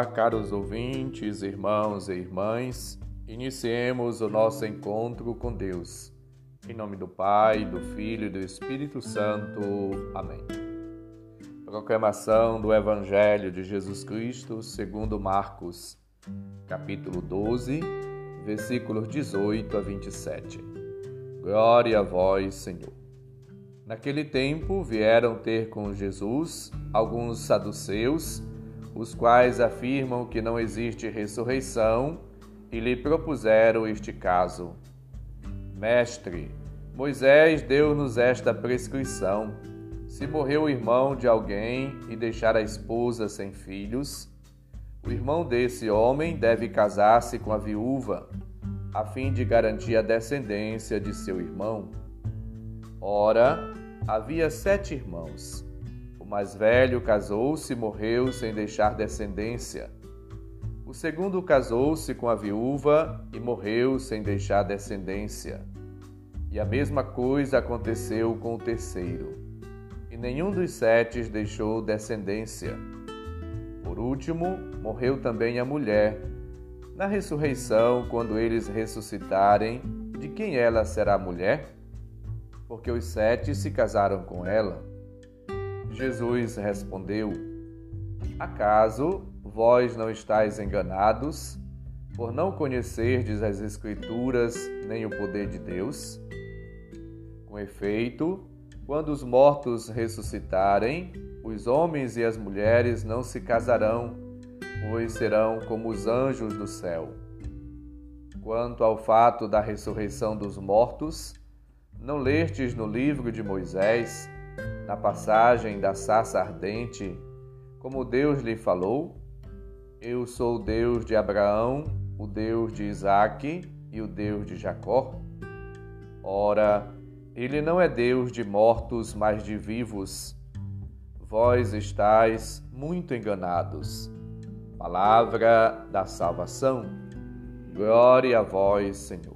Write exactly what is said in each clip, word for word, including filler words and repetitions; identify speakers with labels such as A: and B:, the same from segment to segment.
A: Olá, caros ouvintes, irmãos e irmãs. Iniciemos o nosso encontro com Deus. Em nome do Pai, do Filho e do Espírito Santo. Amém. Proclamação do Evangelho de Jesus Cristo segundo Marcos, capítulo doze, versículos dezoito a vinte e sete. Glória a vós, Senhor. Naquele tempo vieram ter com Jesus alguns saduceus, os quais afirmam que não existe ressurreição, e lhe propuseram este caso. Mestre, Moisés deu-nos esta prescrição: se morreu o irmão de alguém e deixar a esposa sem filhos, o irmão desse homem deve casar-se com a viúva, a fim de garantir a descendência de seu irmão. Ora, havia sete irmãos. O mais velho casou-se e morreu sem deixar descendência. O segundo casou-se com a viúva e morreu sem deixar descendência. E a mesma coisa aconteceu com o terceiro. E nenhum dos sete deixou descendência. Por último, morreu também a mulher. Na ressurreição, quando eles ressuscitarem, de quem ela será mulher? Porque os sete se casaram com ela. Jesus respondeu: acaso vós não estáis enganados, por não conhecerdes as Escrituras nem o poder de Deus? Com efeito, quando os mortos ressuscitarem, os homens e as mulheres não se casarão, pois serão como os anjos do céu. Quanto ao fato da ressurreição dos mortos, não lestes no livro de Moisés, na passagem da sarça ardente, como Deus lhe falou: eu sou o Deus de Abraão, o Deus de Isaque e o Deus de Jacó? Ora, ele não é Deus de mortos, mas de vivos. Vós estáis muito enganados. Palavra da salvação. Glória a vós, Senhor.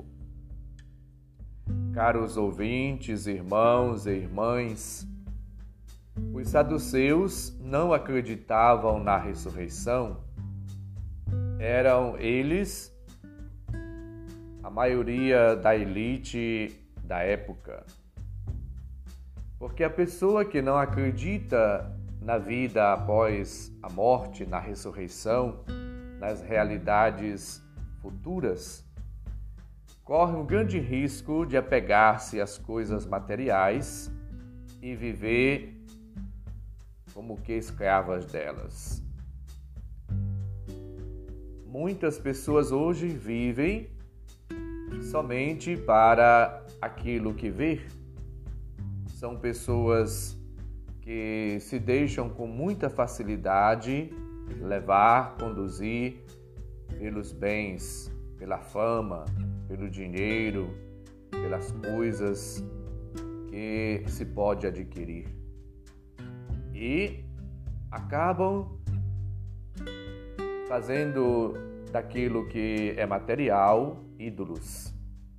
A: Caros ouvintes, irmãos e irmãs, os saduceus não acreditavam na ressurreição. Eram eles a maioria da elite da época. Porque a pessoa que não acredita na vida após a morte, na ressurreição, nas realidades futuras, corre um grande risco de apegar-se às coisas materiais e viver como que escravas delas. Muitas pessoas hoje vivem somente para aquilo que vê. São pessoas que se deixam com muita facilidade levar, conduzir pelos bens, pela fama, pelo dinheiro, pelas coisas que se pode adquirir. E acabam fazendo daquilo que é material ídolos.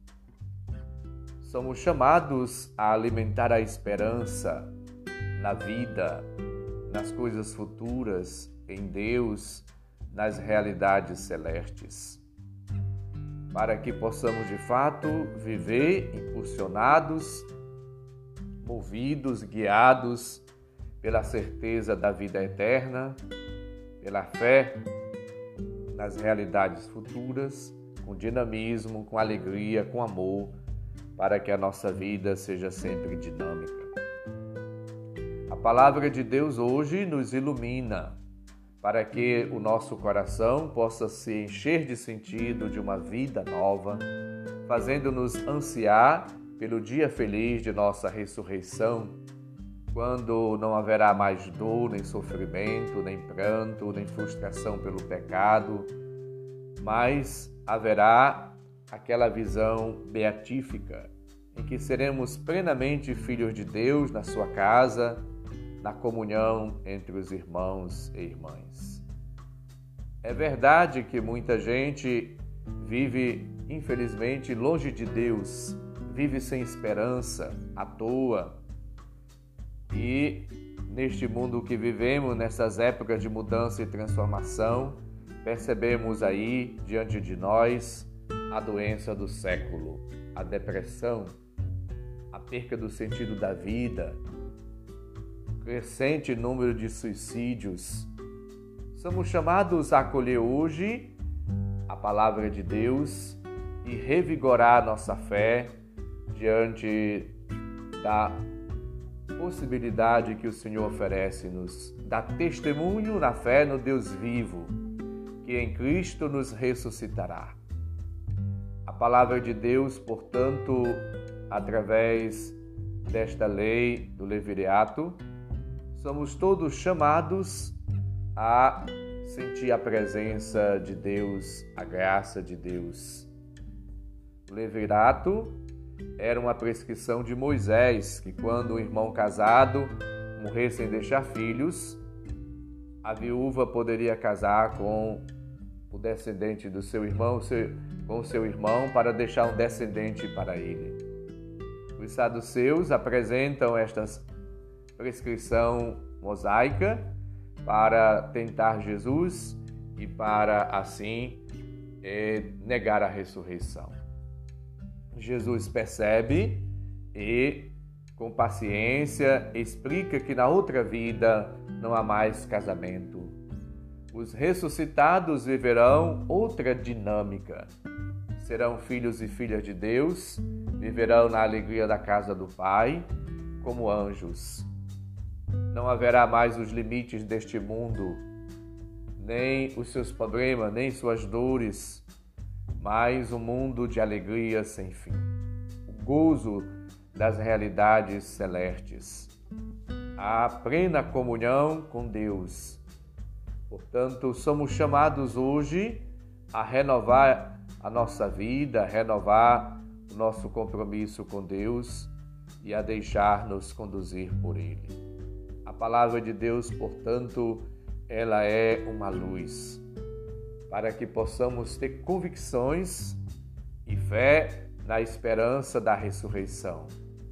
A: Somos chamados a alimentar a esperança na vida, nas coisas futuras, em Deus, nas realidades celestes, para que possamos de fato viver impulsionados, movidos, guiados pela certeza da vida eterna, pela fé nas realidades futuras, com dinamismo, com alegria, com amor, para que a nossa vida seja sempre dinâmica. A palavra de Deus hoje nos ilumina, para que o nosso coração possa se encher de sentido de uma vida nova, fazendo-nos ansiar pelo dia feliz de nossa ressurreição, quando não haverá mais dor, nem sofrimento, nem pranto, nem frustração pelo pecado, mas haverá aquela visão beatífica, em que seremos plenamente filhos de Deus na sua casa, na comunhão entre os irmãos e irmãs. É verdade que muita gente vive, infelizmente, longe de Deus, vive sem esperança, à toa. E neste mundo que vivemos, nessas épocas de mudança e transformação, percebemos aí diante de nós a doença do século, a depressão, a perca do sentido da vida, crescente número de suicídios. Somos chamados a acolher hoje a palavra de Deus e revigorar nossa fé diante da possibilidade que o Senhor oferece-nos, dar testemunho na fé no Deus vivo, que em Cristo nos ressuscitará. A palavra de Deus, portanto, através desta lei do levirato, somos todos chamados a sentir a presença de Deus, a graça de Deus. O levirato era uma prescrição de Moisés, que quando o irmão casado morrer sem deixar filhos, a viúva poderia casar com o descendente do seu irmão, com o seu irmão, para deixar um descendente para ele. Os saduceus apresentam esta prescrição mosaica para tentar Jesus e para, assim, eh, negar a ressurreição. Jesus percebe e, com paciência, explica que na outra vida não há mais casamento. Os ressuscitados viverão outra dinâmica. Serão filhos e filhas de Deus, viverão na alegria da casa do Pai, como anjos. Não haverá mais os limites deste mundo, nem os seus problemas, nem suas dores, mas um mundo de alegria sem fim. O gozo das realidades celestes. A plena comunhão com Deus. Portanto, somos chamados hoje a renovar a nossa vida, a renovar o nosso compromisso com Deus e a deixar-nos conduzir por Ele. A palavra de Deus, portanto, ela é uma luz para que possamos ter convicções e fé na esperança da ressurreição.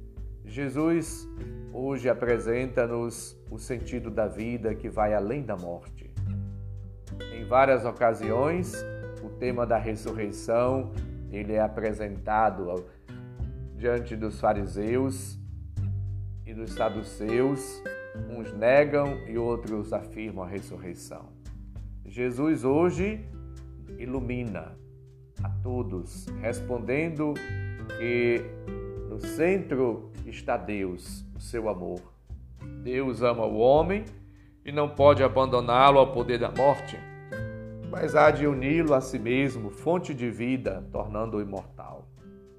A: Jesus hoje apresenta-nos o sentido da vida que vai além da morte. Em várias ocasiões, o tema da ressurreição ele é apresentado diante dos fariseus e dos saduceus. Uns negam e outros afirmam a ressurreição. Jesus hoje ilumina a todos, respondendo que no centro está Deus, o seu amor. Deus ama o homem e não pode abandoná-lo ao poder da morte, mas há de uni-lo a si mesmo, fonte de vida, tornando-o imortal.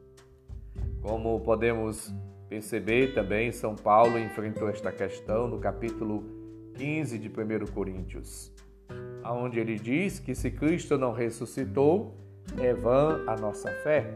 A: Como podemos perceber também, São Paulo enfrentou esta questão no capítulo quinze de primeira Coríntios, onde ele diz que se Cristo não ressuscitou, é vã a nossa fé.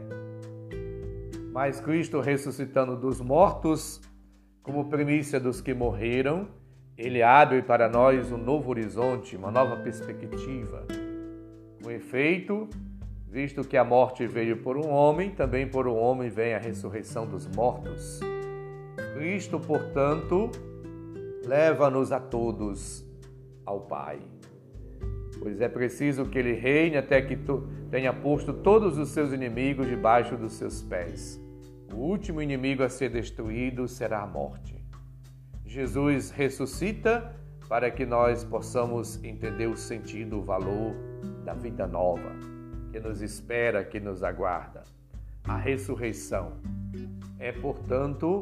A: Mas Cristo ressuscitando dos mortos, como primícia dos que morreram, ele abre para nós um novo horizonte, uma nova perspectiva. Com efeito, visto que a morte veio por um homem, também por um homem vem a ressurreição dos mortos. Cristo, portanto, leva-nos a todos ao Pai. Pois é preciso que ele reine até que tenha posto todos os seus inimigos debaixo dos seus pés. O último inimigo a ser destruído será a morte. Jesus ressuscita para que nós possamos entender o sentido, o valor da vida nova que nos espera, que nos aguarda. A ressurreição é, portanto,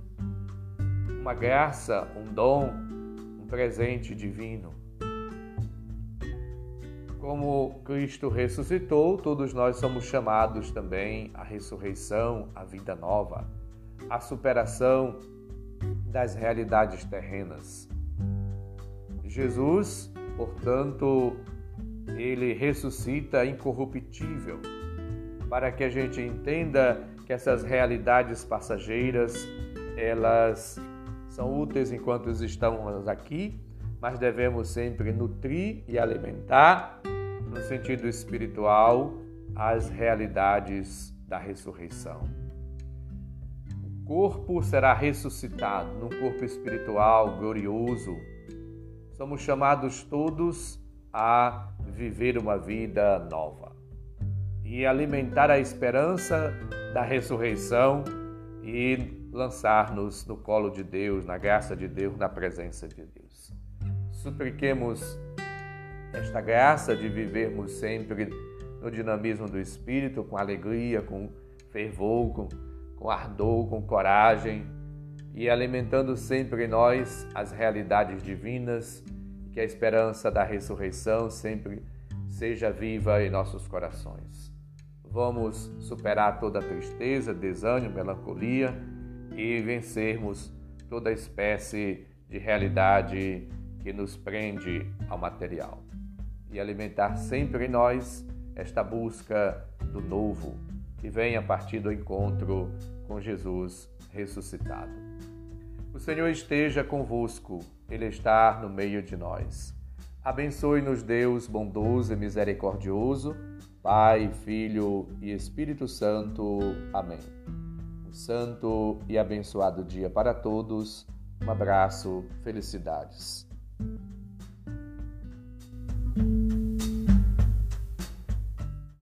A: uma graça, um dom, um presente divino. Como Cristo ressuscitou, todos nós somos chamados também à ressurreição, à vida nova, à superação das realidades terrenas. Jesus, portanto, ele ressuscita incorruptível, para que a gente entenda que essas realidades passageiras, elas são úteis enquanto estamos aqui, mas devemos sempre nutrir e alimentar, no sentido espiritual, as realidades da ressurreição. O corpo será ressuscitado num corpo espiritual glorioso. Somos chamados todos a viver uma vida nova e alimentar a esperança da ressurreição e lançar-nos no colo de Deus, na graça de Deus, na presença de Deus. Supliquemos esta graça de vivermos sempre no dinamismo do Espírito, com alegria, com fervor, com, com ardor, com coragem, e alimentando sempre em nós as realidades divinas, que a esperança da ressurreição sempre seja viva em nossos corações. Vamos superar toda tristeza, desânimo, melancolia e vencermos toda espécie de realidade que nos prende ao material. E alimentar sempre em nós esta busca do novo, que vem a partir do encontro com Jesus ressuscitado. O Senhor esteja convosco, Ele está no meio de nós. Abençoe-nos Deus bondoso e misericordioso, Pai, Filho e Espírito Santo. Amém. Um santo e abençoado dia para todos. Um abraço, felicidades.